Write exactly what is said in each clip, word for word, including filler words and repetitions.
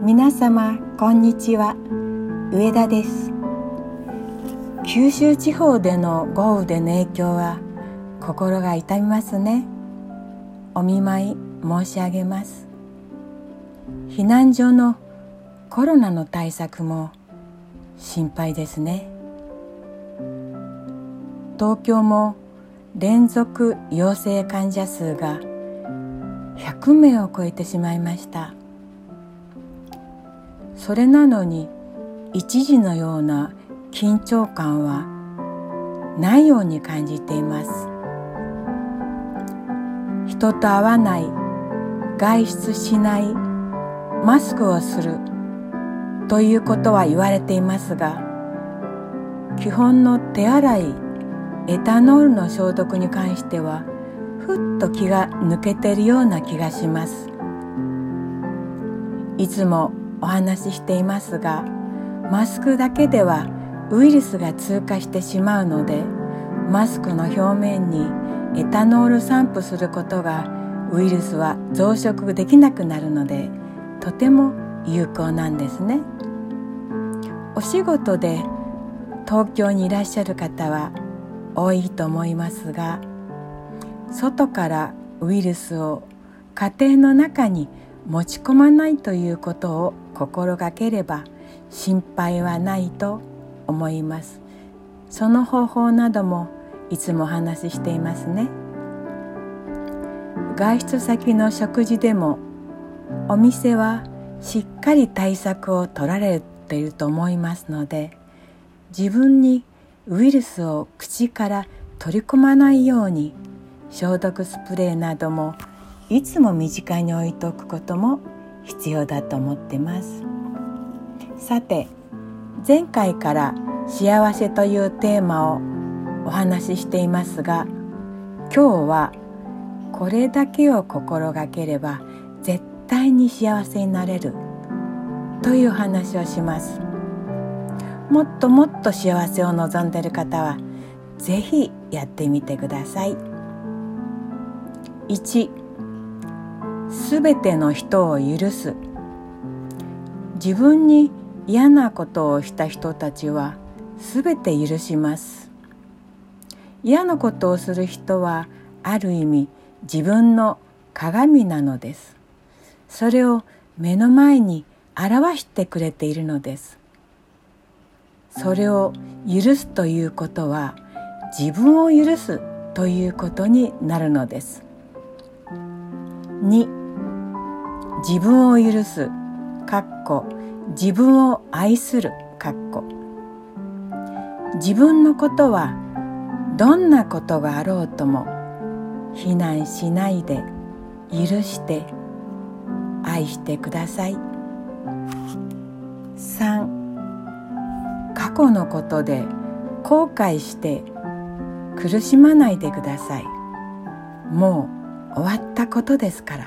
皆様こんにちは、上田です。九州地方での豪雨での影響は心が痛みますね。お見舞い申し上げます。避難所のコロナの対策も心配ですね。東京も連続陽性患者数がひゃくめいを超えてしまいました。それなのに一時のような緊張感はないように感じています。人と会わない、外出しない、マスクをするということは言われていますが、基本の手洗い、エタノールの消毒に関してはふっと気が抜けているような気がします。いつもお話ししていますが、マスクだけではウイルスが通過してしまうので、マスクの表面にエタノール散布することがウイルスは増殖できなくなるので、とても有効なんですね。お仕事で東京にいらっしゃる方は多いと思いますが、外からウイルスを家庭の中に持ち込まないということを心がければ心配はないと思います。その方法などもいつもお話ししていますね。外出先の食事でもお店はしっかり対策を取られていると思いますので、自分にウイルスを口から取り込まないように消毒スプレーなどもいつも身近に置いておくことも必要だと思っています。さて、前回から幸せというテーマをお話ししていますが、今日はこれだけを心がければ絶対に幸せになれるという話をします。もっともっと幸せを望んでいる方はぜひやってみてください。いち、すべての人を許す。自分に嫌なことをした人たちはすべて許します。嫌なことをする人はある意味自分の鏡なのです。それを目の前に表してくれているのです。それを許すということは自分を許すということになるのです。に、自分を許す、かっこ自分を愛する、かっこ自分のことはどんなことがあろうとも非難しないで許して愛してください。さん、過去のことで後悔して苦しまないでください。もう終わったことですから。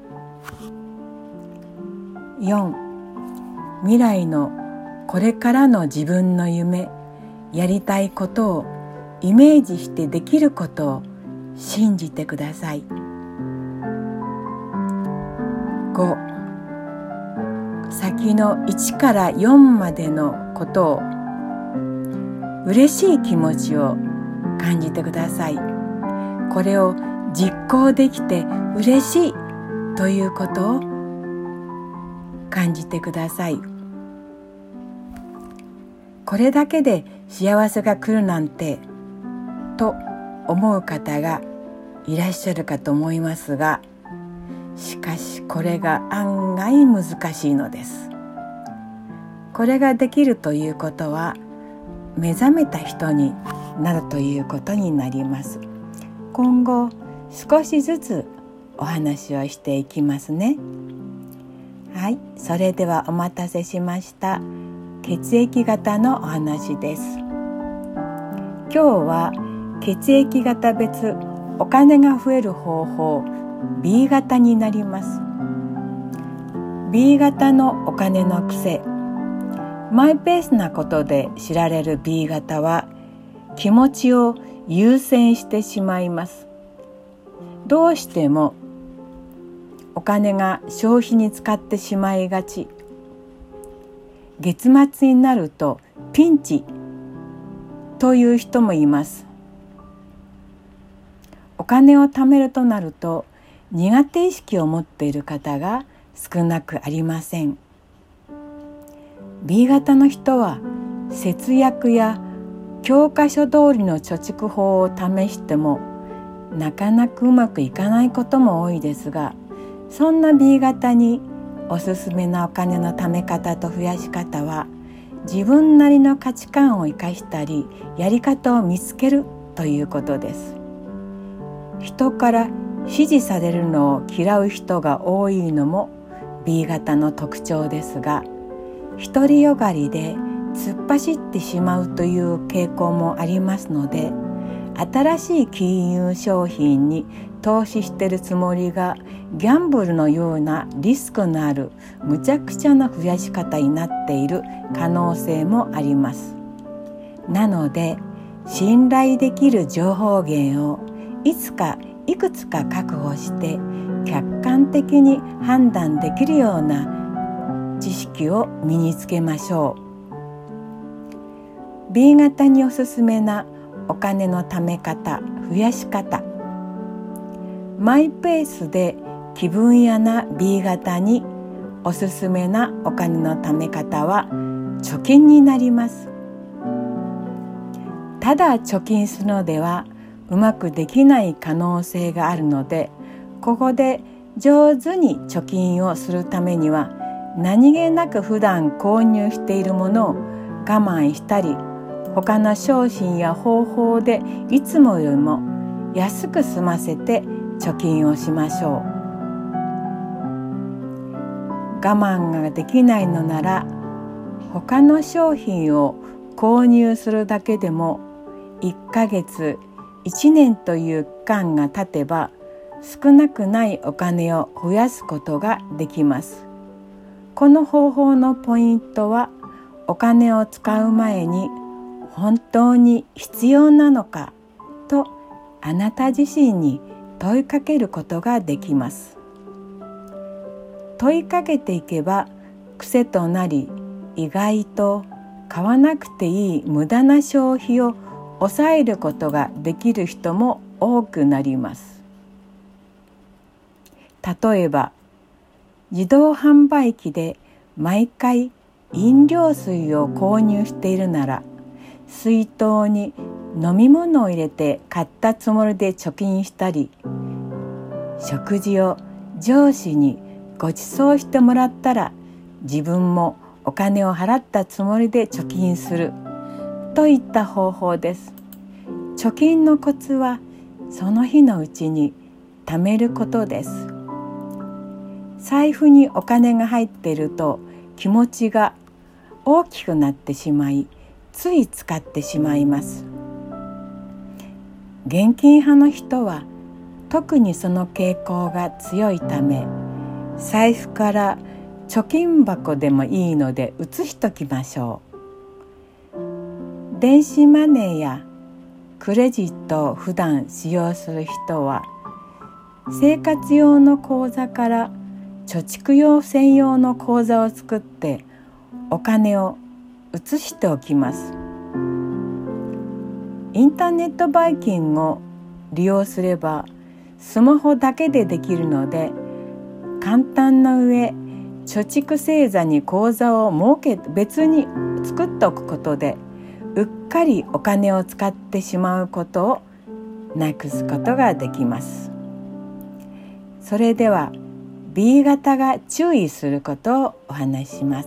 よん、未来のこれからの自分の夢、やりたいことをイメージしてできることを信じてください。ご、先のいちからよんまでのことを嬉しい気持ちを感じてください。これを実行できて嬉しいということを感じてください。これだけで幸せが来るなんてと思う方がいらっしゃるかと思いますが、しかしこれが案外難しいのです。これができるということは目覚めた人になるということになります。今後少しずつお話をしていきますね。はい、それではお待たせしました。血液型のお話です。今日は血液型別お金が増える方法 ビー 型になります。 ビー 型のお金の癖、マイペースなことで知られる ビー 型は気持ちを優先してしまいます。どうしてもお金が消費に使ってしまいがち月末になるとピンチという人もいます。お金を貯めるとなると苦手意識を持っている方が少なくありません。 ビー 型の人は節約や教科書通りの貯蓄法を試してもなかなかうまくいかないことも多いですが、そんな ビー 型におすすめなお金の貯め方と増やし方は、自分なりの価値観を生かしたりやり方を見つけるということです。人から支持されるのを嫌う人が多いのも ビー 型の特徴ですが、独りよがりで突っ走ってしまうという傾向もありますので、新しい金融商品に投資しているつもりがギャンブルのようなリスクのあるむちゃくちゃな増やし方になっている可能性もあります。なので信頼できる情報源をいつかいくつか確保して客観的に判断できるような知識を身につけましょう。 ビー 型におすすめなお金の貯め方、増やし方。マイペースで気分屋な ビー 型におすすめなお金の貯め方は貯金になります。ただ貯金するのではうまくできない可能性があるので、ここで上手に貯金をするためには、何気なく普段購入しているものを我慢したり、他の商品や方法でいつもよりも安く済ませて貯金をしましょう。我慢ができないのなら、他の商品を購入するだけでもいっかげつ、いちねんという期間が経てば少なくないお金を増やすことができます。この方法のポイントは、お金を使う前に本当に必要なのかとあなた自身に問いかけることができます。問いかけていけば癖となり、意外と買わなくていい無駄な消費を抑えることができる人も多くなります。例えば自動販売機で毎回飲料水を購入しているなら、水筒に飲み物を入れて買ったつもりで貯金したり、食事を上司にご馳走してもらったら自分もお金を払ったつもりで貯金するといった方法です。貯金のコツはその日のうちに貯めることです。財布にお金が入っていると気持ちが大きくなってしまい、つい使ってしまいます。現金派の人は特にその傾向が強いため、財布から貯金箱でもいいので移しときましょう。電子マネーやクレジットを普段使用する人は、生活用の口座から貯蓄用専用の口座を作ってお金を移しておきます。インターネットバイキングを利用すればスマホだけでできるので、簡単な上、貯蓄星座に口座を設け別に作っておくことで、うっかりお金を使ってしまうことをなくすことができます。それでは ビー 型が注意することをお話しします。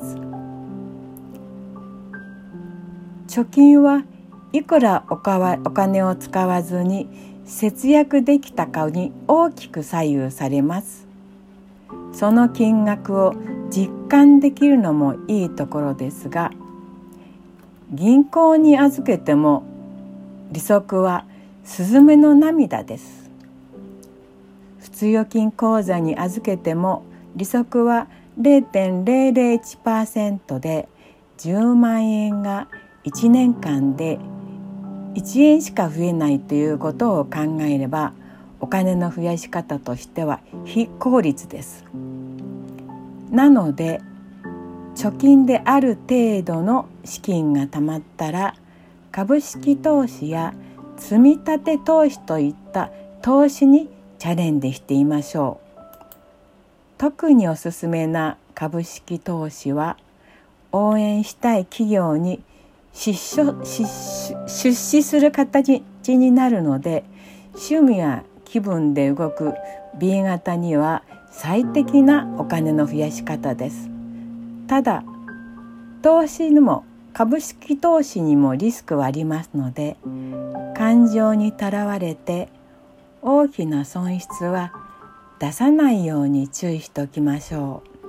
貯金はいくらおかわお金を使わずに節約できたかに大きく左右されます。その金額を実感できるのもいいところですが、銀行に預けても利息はスズメの涙です。普通預金口座に預けても利息は ゼロてんゼロゼロいちパーセント で、じゅうまんえんがいちねんかんでいちえんしか増えないということを考えれば、お金の増やし方としては非効率です。なので貯金である程度の資金が貯まったら、株式投資や積み立て投資といった投資にチャレンジしてみましょう。特におすすめな株式投資は、応援したい企業に出資する形になるので、趣味や気分で動く ビー 型には最適なお金の増やし方です。ただ、投資にも株式投資にもリスクはありますので、感情にとらわれて大きな損失は出さないように注意しておきましょう。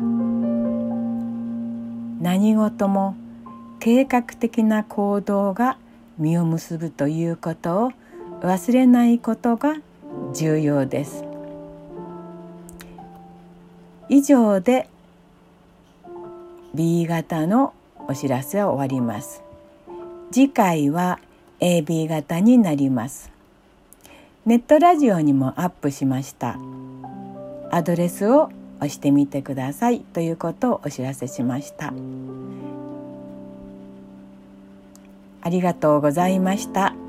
何事も計画的な行動が実を結ぶということを忘れないことが重要です。以上で ビー 型のお知らせは終わります。次回は エービー 型になります。ネットラジオにもアップしました。アドレスを押してみてくださいということをお知らせしました。ありがとうございました。